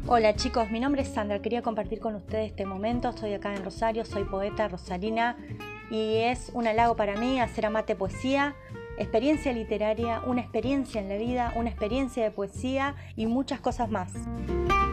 Hola chicos, mi nombre es Sandra, quería compartir con ustedes este momento. Estoy acá en Rosario, soy poeta rosarina y es un halago para mí hacer Amate Poesía, experiencia literaria, una experiencia en la vida, una experiencia de poesía y muchas cosas más.